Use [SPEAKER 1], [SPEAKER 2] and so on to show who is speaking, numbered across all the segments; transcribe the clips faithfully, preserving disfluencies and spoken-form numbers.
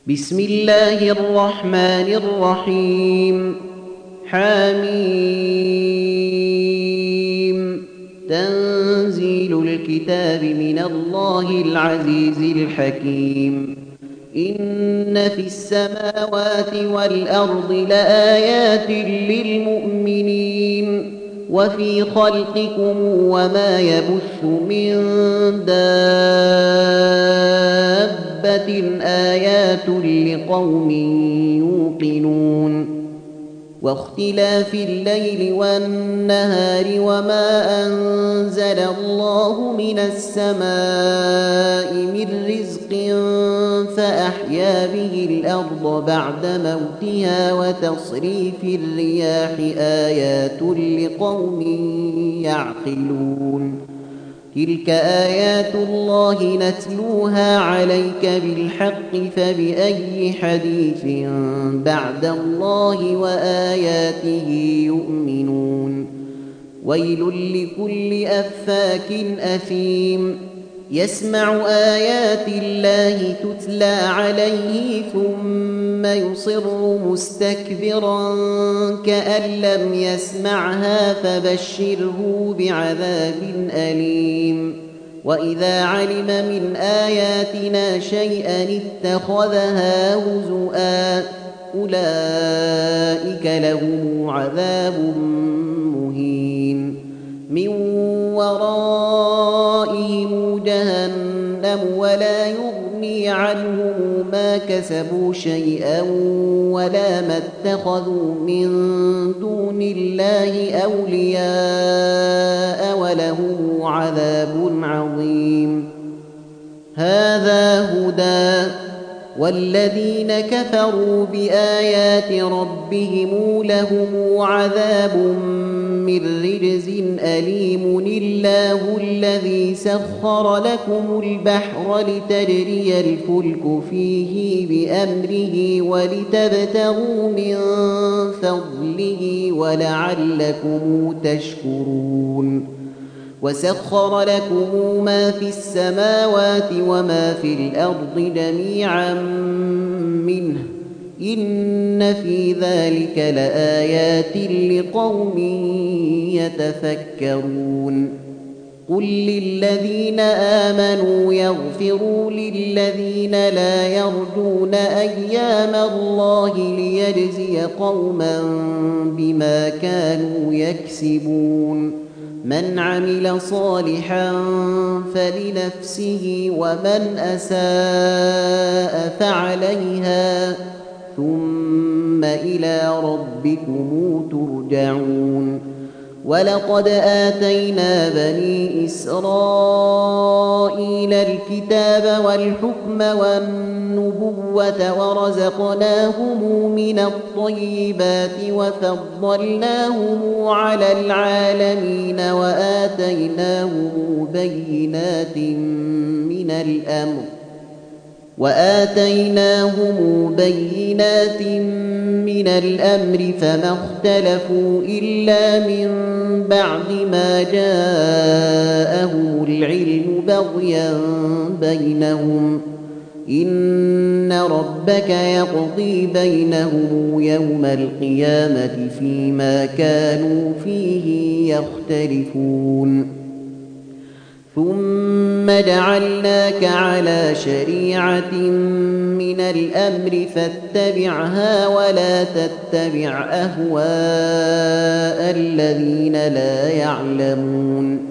[SPEAKER 1] بسم الله الرحمن الرحيم. حميم. تنزيل الكتاب من الله العزيز الحكيم. إن في السماوات والأرض لآيات للمؤمنين وفي خلقكم وما يبث من دابة آيات لقوم يوقنون. واختلاف الليل والنهار وما أنزل الله من السماء من رزق فأحيا به الأرض بعد موتها وتصريف الرياح آيات لقوم يعقلون. تلك آيات الله نتلوها عليك بالحق فبأي حديث بعد الله وآياته يؤمنون. ويل لكل أفاك أثيم يسمع آيات الله تتلى عليه ثم يصر مستكبرا كأن لم يسمعها فبشره بعذاب أليم. وإذا علم من آياتنا شيئا اتخذها هزؤا أولئك لهم عذاب مهين من ورائهم جهنم ولا يغني عنهم ما كسبوا شيئا ولا ما اتخذوا من دون الله أولياء ولهم عذاب عظيم. هذا هدى والذين كفروا بآيات ربهم لهم عذاب من رجز أليم. الله الذي سخر لكم البحر لتجري الفلك فيه بأمره ولتبتغوا من فضله ولعلكم تشكرون. وسخر لكم ما في السماوات وما في الأرض جميعا منه إن في ذلك لآيات لقوم يتفكرون. قل للذين آمنوا يغفروا للذين لا يرجون أيام الله ليجزي قوما بما كانوا يكسبون. من عمل صالحا فلنفسه ومن أساء فعليها ثم إلى ربكم ترجعون. ولقد آتينا بني إسرائيل الكتاب والحكم والنبوة ورزقناهم من الطيبات وفضلناهم على العالمين وآتيناهم بينات من الأمر وآتيناهم بينات من الأمر فما اختلفوا إلا من بعد ما جاءهم العلم بغيا بينهم. إن ربك يقضي بينهم يوم القيامة فيما كانوا فيه يختلفون. ثم جعلناك على شريعة من الأمر فاتبعها ولا تتبع أهواء الذين لا يعلمون.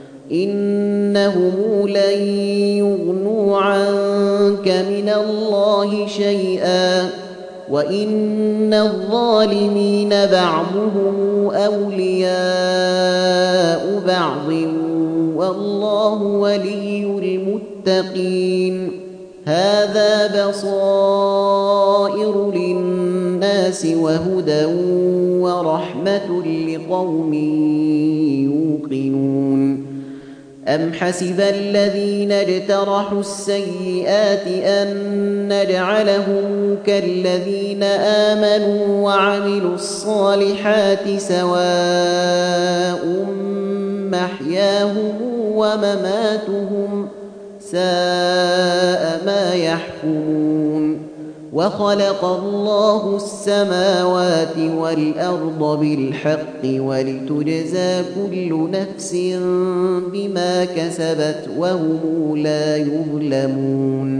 [SPEAKER 1] إنهم لن يغنوا عنك من الله شيئا وإن الظالمين بعضهم أولياء بعض والله ولي المتقين. هذا بصائر للناس وهدى ورحمة لقوم يوقنون. أم حسب الذين اجترحوا السيئات أن نجعلهم كالذين آمنوا وعملوا الصالحات سواء محياهم ومماتهم ساء ما يحكمون. وخلق الله السماوات والأرض بالحق ولتجزى كل نفس بما كسبت وهم لا يظلمون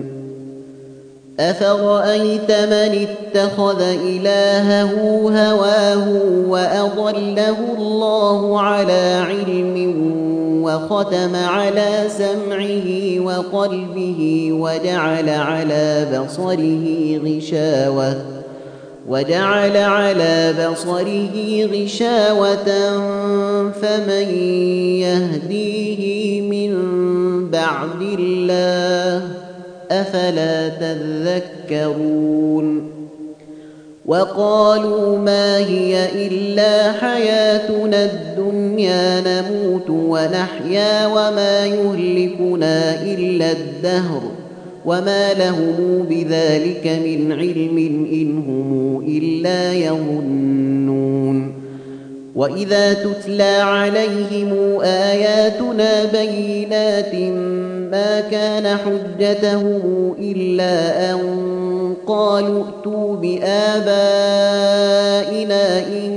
[SPEAKER 1] أفرأيت من اتخذ إلهه هواه وأضله الله على علم وختم على سمعه وقلبه وجعل على بصره غشاوة وجعل على بصره غشاوة فمن يهديه من بعد الله أفلا تذكرون وقالوا ما هي إلا حياتنا الدنيا نموت ونحيا وما يهلكنا إلا الدهر وما لهم بذلك من علم إن هم إلا يظنون وإذا تتلى عليهم آياتنا بينات ما كان حجتهم إلا أن قالوا ائتوا بآبائنا إن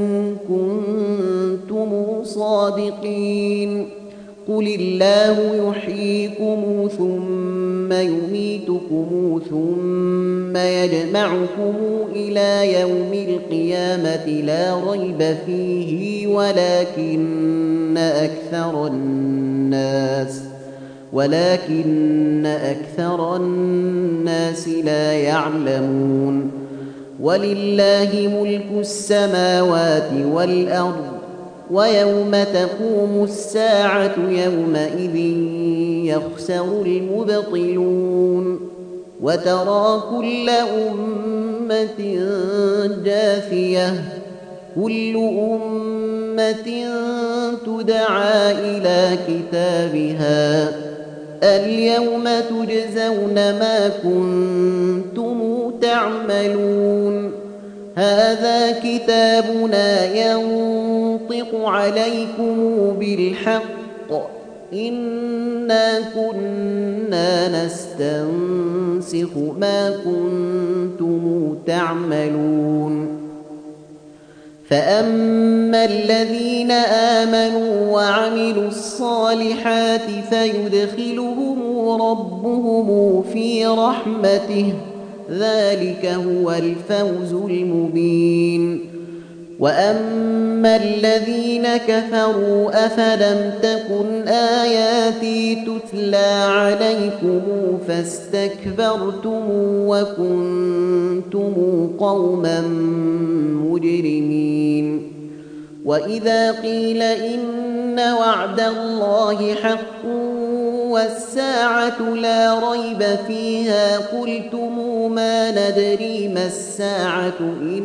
[SPEAKER 1] كنتم صادقين قل الله يحييكم ثم يميتكم ثم يجمعكم إلى يوم القيامة لا ريب فيه ولكن أكثر الناس ولكن أكثر الناس لا يعلمون ولله ملك السماوات والأرض ويوم تقوم الساعة يومئذ يخسر المبطلون وترى كل أمة جاثية كل أمة تدعى إلى كتابها اليوم تجزون ما كنتم تعملون هذا كتابنا ينطق عليكم بالحق إنا كنا نستنسخ ما كنتم تعملون فأما الذين آمنوا وعملوا الصالحات فيدخلهم ربهم في رحمته ذلك هو الفوز المبين وأما الذين كفروا أفلم تكن آياتي تتلى عليكم فاستكبرتم وكنتم قوما مجرمين وإذا قيل إن وعد الله حق والساعة لا ريب فيها قلتم ما ندري ما الساعة إن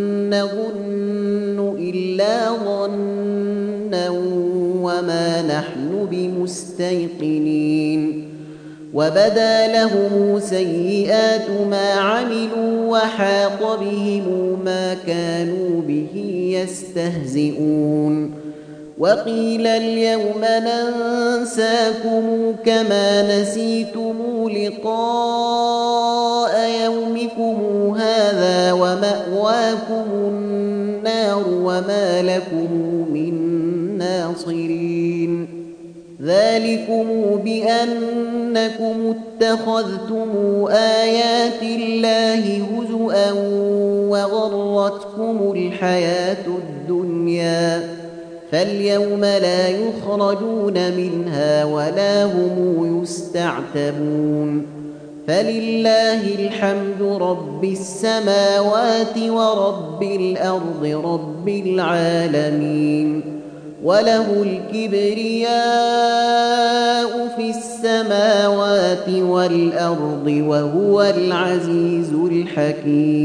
[SPEAKER 1] نظن إلا ظنا وما نحن بمستيقنين وبدا لهم سيئات ما عملوا وحاق بهم ما كانوا به يستهزئون وقيل اليوم ننساكم كما نسيتم لقاء يومكم هذا ومأواكم النار وما لكم من ناصرين ذلكم بأنكم اتخذتم آيات الله هزؤا وغرتكم الحياة الدنيا فاليوم لا يخرجون منها ولا هم يستعتبون فلله الحمد رب السماوات ورب الأرض رب العالمين وله الكبرياء في السماوات والأرض وهو العزيز الحكيم